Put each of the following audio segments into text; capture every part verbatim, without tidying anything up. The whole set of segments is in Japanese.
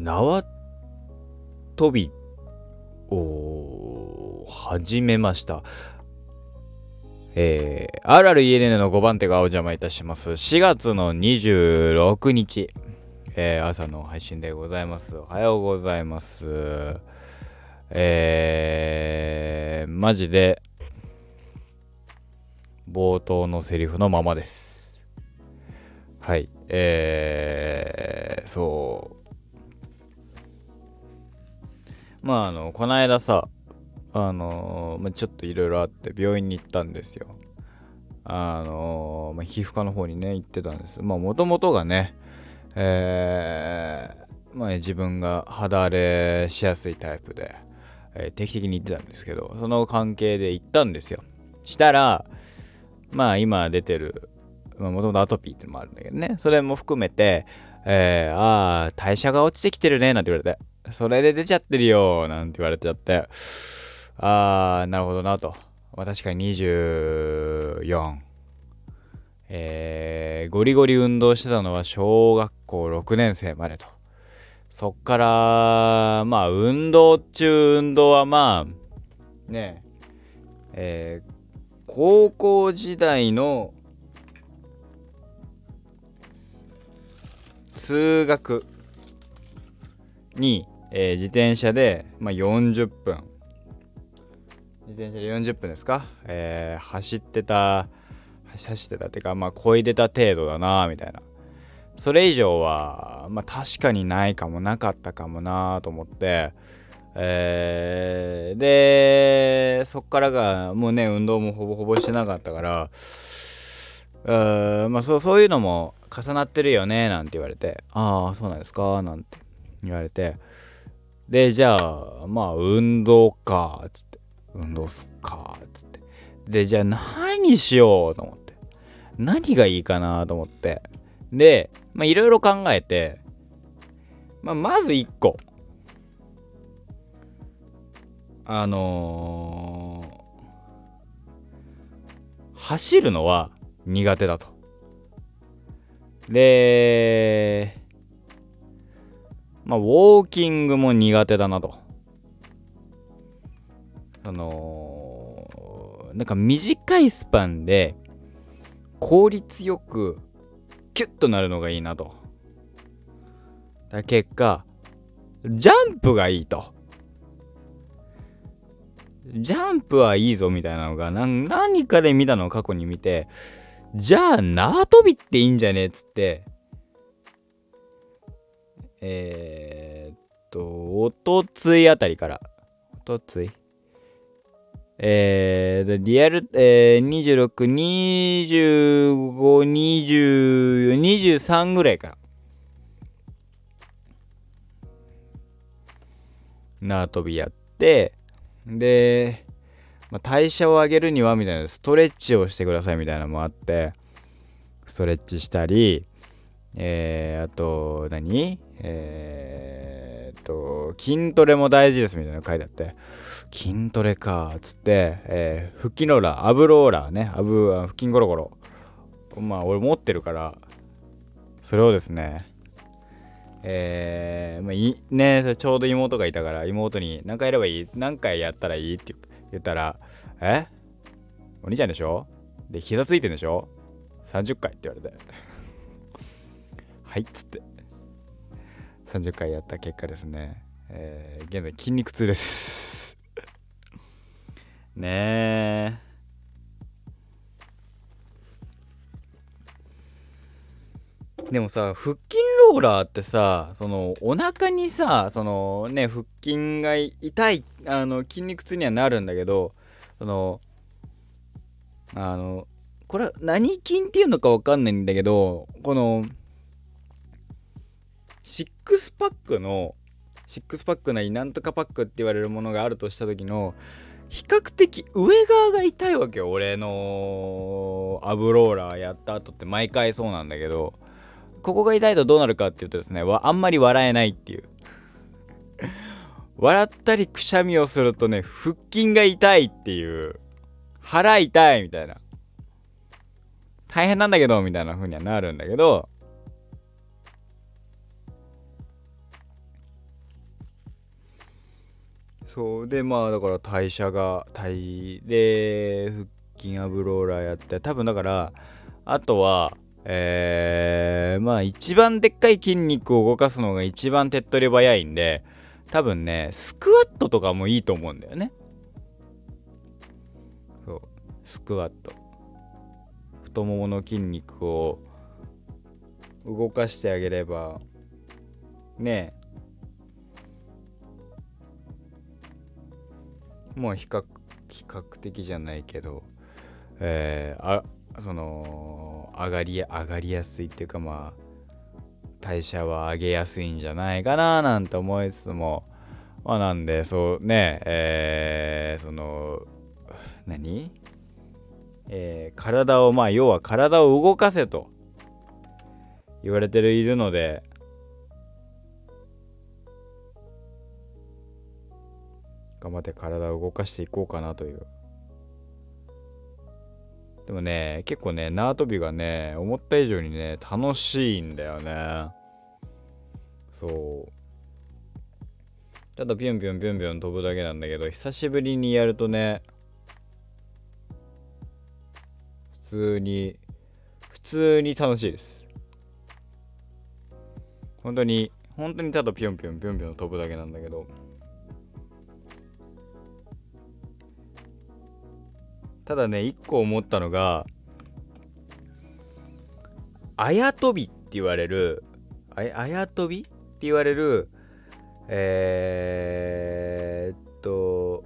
縄跳びを始めました。えー、アールアールイーエヌエヌ のごばん手がお邪魔いたします。しがつのにじゅうろくにち、えー、朝の配信でございます。おはようございます。えー、マジで冒頭のセリフのままです。はい、えー、そうまああのこの間さあのーまあ、ちょっといろいろあって病院に行ったんですよ。あのーまあ、皮膚科の方にね行ってたんです。まあもともとがね、えーまあ、自分が肌荒れしやすいタイプで、えー定期的に行ってたんですけど、その関係で行ったんですよ。したらまあ今出てるもともとアトピーってのもあるんだけどね、それも含めて、えー、ああ代謝が落ちてきてるねなんて言われて、それで出ちゃってるよなんて言われちゃって、あーなるほどなと。まあ、確かににじゅうよん、えー、ゴリゴリ運動してたのは小学校ろくねん生までと。そっからまあ運動中運動はまあねえー、高校時代の通学に、えー自転車で、まあ、よんじゅっぷん自転車でよんじゅっぷんですか、えー走ってた走ってたってかまあ漕いでた程度だなみたいな。それ以上はまあ確かにないかもなかったかもなと思って、えー、でそっからがもうね運動もほぼほぼしてなかったから、うーんまあそうそういうのも重なってるよねなんて言われて、ああそうなんですかなんて言われて、でじゃあまあ運動かっつって運動すっかっつって、でじゃあ何しようと思って、何がいいかなと思って、でまあいろいろ考えて、まあ、まずいっこあのー、走るのは苦手だと。でまあウォーキングも苦手だなと。そのなんか短いスパンで効率よくキュッとなるのがいいなと。だ結果ジャンプがいいと。ジャンプはいいぞみたいなのが何何かで見たのを過去に見て、じゃあ縄跳びっていいんじゃねえっつって、えー、っとおとついあたりからおとついえー、リアル、えー、にじゅうろく、にじゅうご、にじゅうよん、にじゅうさんぐらいから縄跳びやって、で、まあ、代謝を上げるにはみたいなストレッチをしてくださいみたいなのもあって、ストレッチしたり、えー、あと何えー、っと筋トレも大事ですみたいなの書いてあって、筋トレかっつって、えー、腹筋ローラーアブローラーねアブ腹筋ゴロゴロ、まあ俺持ってるからそれをですね、えー、まあいねちょうど妹がいたから妹に何回やればいい何回やったらいいって言ったら、えお兄ちゃんでしょで膝ついてんでしょさんじゅっかいって言われてはいっつってさんじゅっかいやった結果ですね、えー、現在筋肉痛ですねえ。でもさ腹筋ローラーってさ、そのお腹にさそのね腹筋が痛いあの筋肉痛にはなるんだけど、そのあのこれは何筋っていうのか分かんないんだけど、このシックスパックのシックスパックなりなんとかパックって言われるものがあるとした時の比較的上側が痛いわけよ。俺のアブローラーやった後って毎回そうなんだけど、ここが痛いとどうなるかっていうとですね、あんまり笑えないっていう。笑ったりくしゃみをするとね腹筋が痛いっていう、腹痛いみたいな、大変なんだけどみたいな風にはなるんだけど、 そうで、まあだから代謝が体で腹筋アブローラーやって、多分だからあとはえー、まあ一番でっかい筋肉を動かすのが一番手っ取り早いんで、多分ねスクワットとかもいいと思うんだよね。そう、スクワット、太ももの筋肉を動かしてあげればねえ、もう比較比較的じゃないけど、えー、あその上がり上がりやすいっていうか、まあ代謝は上げやすいんじゃないかななんて思いつつも、まあなんでそうね、えー、その何、えー、体をまあ要は体を動かせと言われているので、頑張って体を動かしていこうかなという。でもね結構ね縄跳びがね思った以上にね楽しいんだよね。そうただピョンピョンピョンピョン飛ぶだけなんだけど、久しぶりにやるとね普通に普通に楽しいです。本当に本当にただピョンピョンピョンピョン飛ぶだけなんだけど、ただね一個思ったのが、あや跳びって言われるあや、あや跳びって言われるえー、っと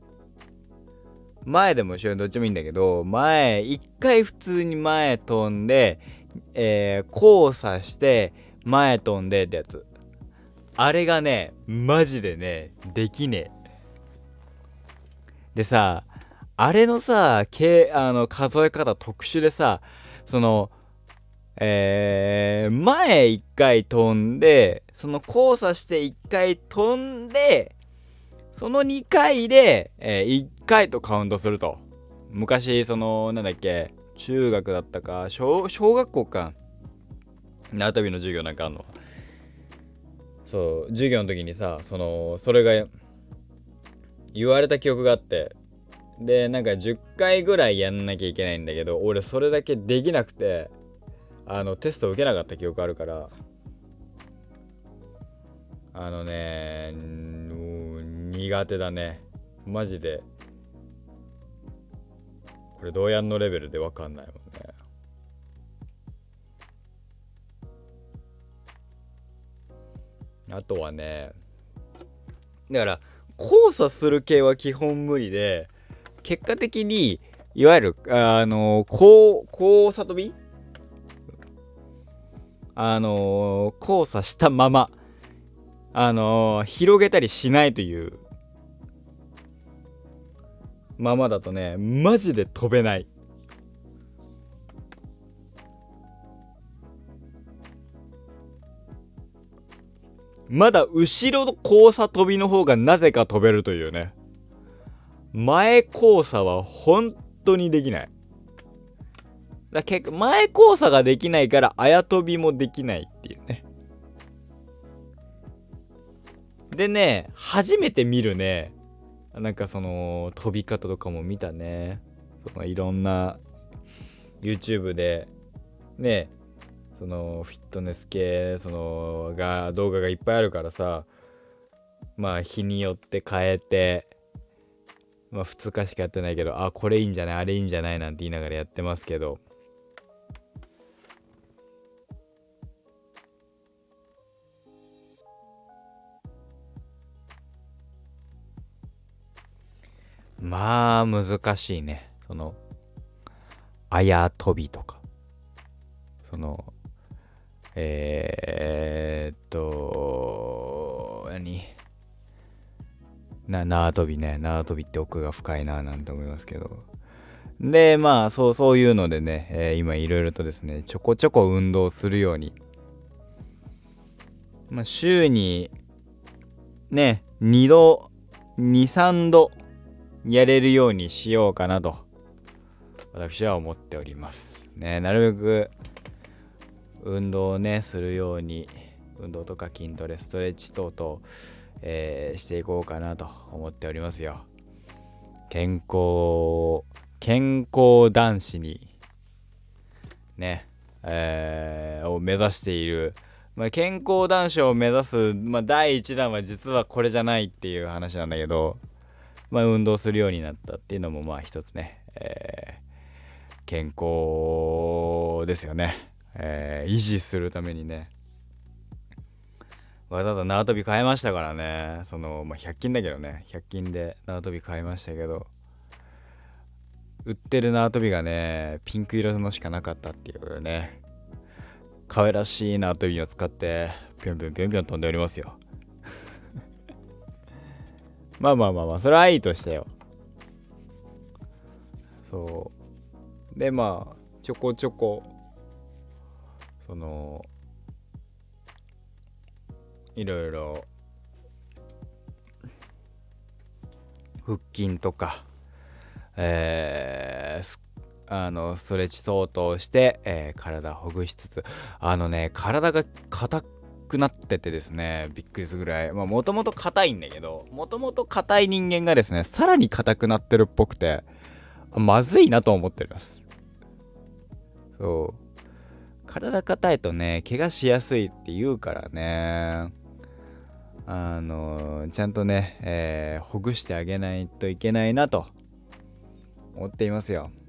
前でも後ろどっちもいいんだけど、前一回普通に前飛んで、えー、交差して前飛んでってやつ、あれがねマジでねできねえ。でさ、あれのさけあの数え方特殊でさ、そのえー、前一回飛んで、その交差して一回飛んで、そのにかいで、えー、いっかいとカウントすると。昔そのなんだっけ、中学だったか 小, 小学校か縄跳びの授業なんかあんの。そう授業の時にさ、そのそれが言われた記憶があって、でなんかじゅっかいぐらいやんなきゃいけないんだけど、俺それだけできなくて、あのテスト受けなかった記憶あるから、あのね苦手だねマジで。これどうやんのレベルで分かんないもんね。あとはね、だから交差する系は基本無理で、結果的にいわゆるあの交交差跳び、あの交差したままあの広げたりしないというままだとねマジで飛べない。まだ後ろの交差跳びの方がなぜか飛べるというね。前交差は本当にできない。だ結構前交差ができないからあや跳びもできないっていうね。でね初めて見るね、なんかその飛び方とかも見たね。そのいろんな YouTube でね、そのフィットネス系そのが動画がいっぱいあるからさ、まあ日によって変えて、まあふつかしかやってないけど、あこれいいんじゃないあれいいんじゃないなんて言いながらやってますけど、まあ難しいね。そのあや飛びとか、そのえー、っと何な縄跳びね、縄跳びって奥が深いななんて思いますけど、でまあそうそういうのでね、えー、今いろいろとですねちょこちょこ運動するように、まあ週にねにどにさんどやれるようにしようかなと私は思っておりますね。なるべく運動をねするように、運動とか筋トレストレッチ等々 えー、していこうかなと思っておりますよ。健康健康男子にね、えー、を目指している、まあ、健康男子を目指す、まあ、だいいちだんは実はこれじゃないっていう話なんだけど、まあ、運動するようになったっていうのもまあ一つね、えー、健康ですよね、えー、維持するためにね、わざわざ縄跳び買いましたからね。その、まあ、ひゃく均だけどね、ひゃく均で縄跳び買いましたけど、売ってる縄跳びがね、ピンク色のしかなかったっていうね、可愛らしい縄跳びを使ってぴょんぴょんぴょんぴょん飛んでおりますよ。まあまあまあまあ、それはいいとしてよ。そうで、まあちょこちょこそのいろいろ腹筋とか、えー、あのストレッチ相当して、えー、体をほぐしつつ、あのね体が硬くなっててですね、びっくりするぐらい、まあもともと硬いんだけど、もともと硬い人間がですね、さらに硬くなってるっぽくて、まずいなと思っております。そう体硬いとね、怪我しやすいって言うからね、あのー、ちゃんとね、えー、ほぐしてあげないといけないなと思っていますよ。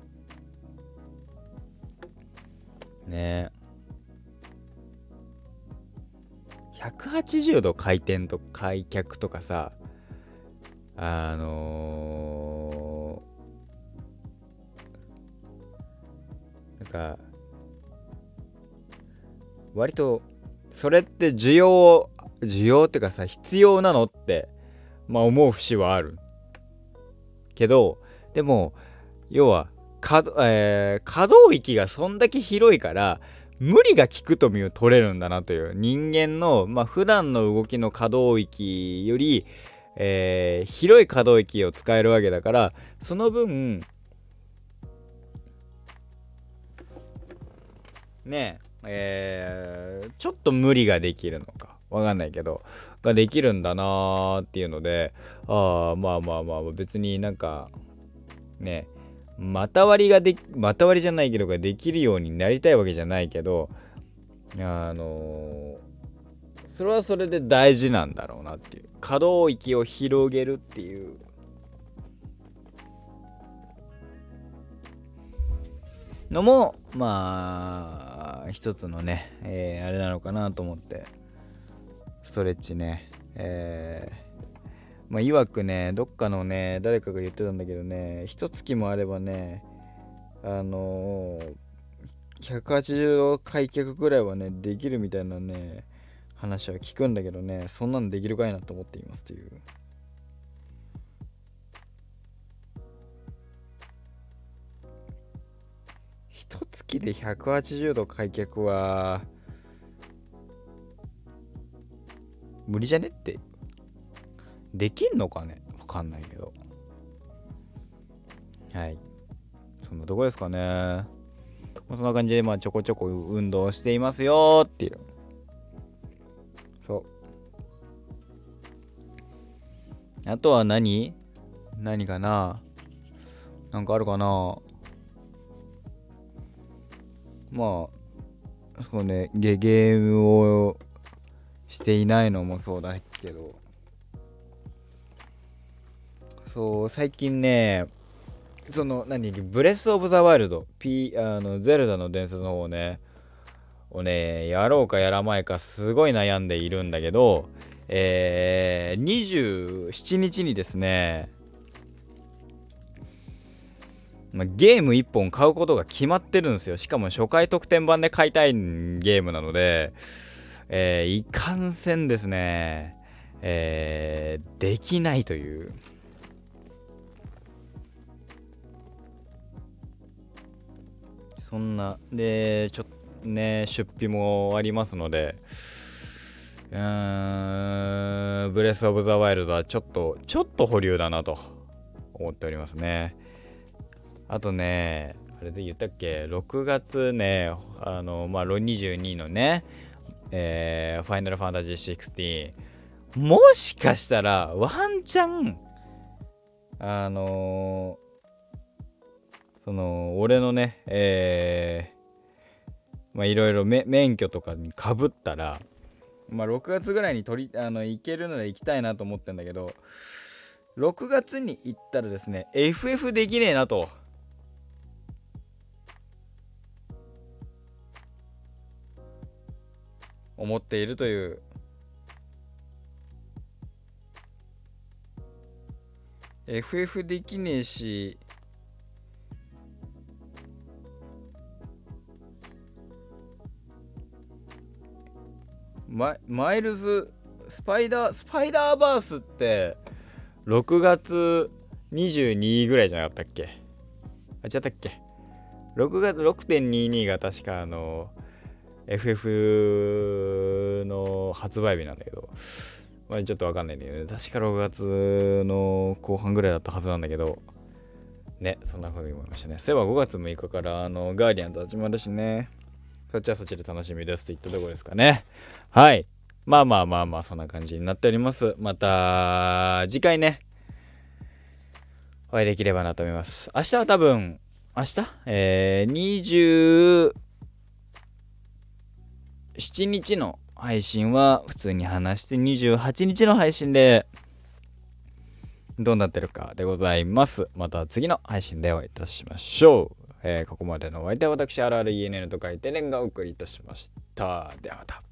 ね。ひゃくはちじゅうど回転と開脚とかさ、あのー、なんか割とそれって需要需要ってかさ、必要なのってまあ思う節はあるけど、でも要は可、えー、可動域がそんだけ広いから無理が効くと見う取れるんだなという、人間のまあ普段の動きの可動域より、えー、広い可動域を使えるわけだから、その分ねえー、ちょっと無理ができるのかわかんないけどができるんだなーっていうので、ああまあまあまあ別になんかね、股割りがで股割りじゃないけどができるようになりたいわけじゃないけど、あのー、それはそれで大事なんだろうなっていう、可動域を広げるっていうのもまあ一つのね、えー、あれなのかなと思って、ストレッチね、えー、まあ曰くね、どっかのね誰かが言ってたんだけどね、一月もあればね、あのー、ひゃくはちじゅうど開脚ぐらいはねできるみたいなね話は聞くんだけどね、そんなのできるかいなと思っていますという。一月でひゃくはちじゅうど開脚は無理じゃねって。できんのかね、わかんないけど、はい、そんなとこですかね。そんな感じでまあちょこちょこ運動していますよっていう。そうあとは何何かな、なんかあるかな。まあそうね、ゲゲームをしていないのもそうだけど、そう最近ね、その何ブレスオブザワイルド P あのゼルダの伝説の方ねをねやろうかやらないかすごい悩んでいるんだけど、えー、にじゅうしちにちにですね、まあ、ゲームいっぽん買うことが決まってるんですよ。しかも初回特典版で買いたいゲームなので、えー、いかんせんですね、えー、できないという。そんなでちょっとね出費もありますので、うーんブレスオブザワイルドはちょっとちょっと保留だなと思っておりますね。あとね、あれで言ったっけ、ろくがつね、あのまあにじゅうにのね、えー、ファイナルファンタジーじゅうろくもしかしたらワンチャンあのー、その俺のねえー、まあいろいろ免許とかにかぶったら、まあろくがつぐらいに取りあの行けるので行きたいなと思ってんだけど、ろくがつに行ったらですね エフエフ できねえなと思っているという。エフエフ できねえし、マ, マイルズスパイダースパイダーバースってろくがつにじゅうにぐらいじゃなかったっけ。あ違ったっけ。ろくがつ ろくてんにじゅうに が確かあの エフエフ の発売日なんだけど、まあちょっとわかんないんだけど、ね、確かろくがつの後半ぐらいだったはずなんだけどね、そんな風に思いましたね。そういえばごがつむいかからあのガーディアンと始まるしね、そっちはそっちで楽しみですといったところですかね。はい、まあまあまあまあそんな感じになっております。また次回ねお会いできればなと思います。明日は多分明日えー、にじゅうしちにちの配信は普通に話して、にじゅうはちにちの配信でどうなってるかでございます。また次の配信でお会いいたしましょう。えー、ここまでのお相手は私 アールアールイーエヌエヌ と書いてレンがお送りいたしました。ではまた。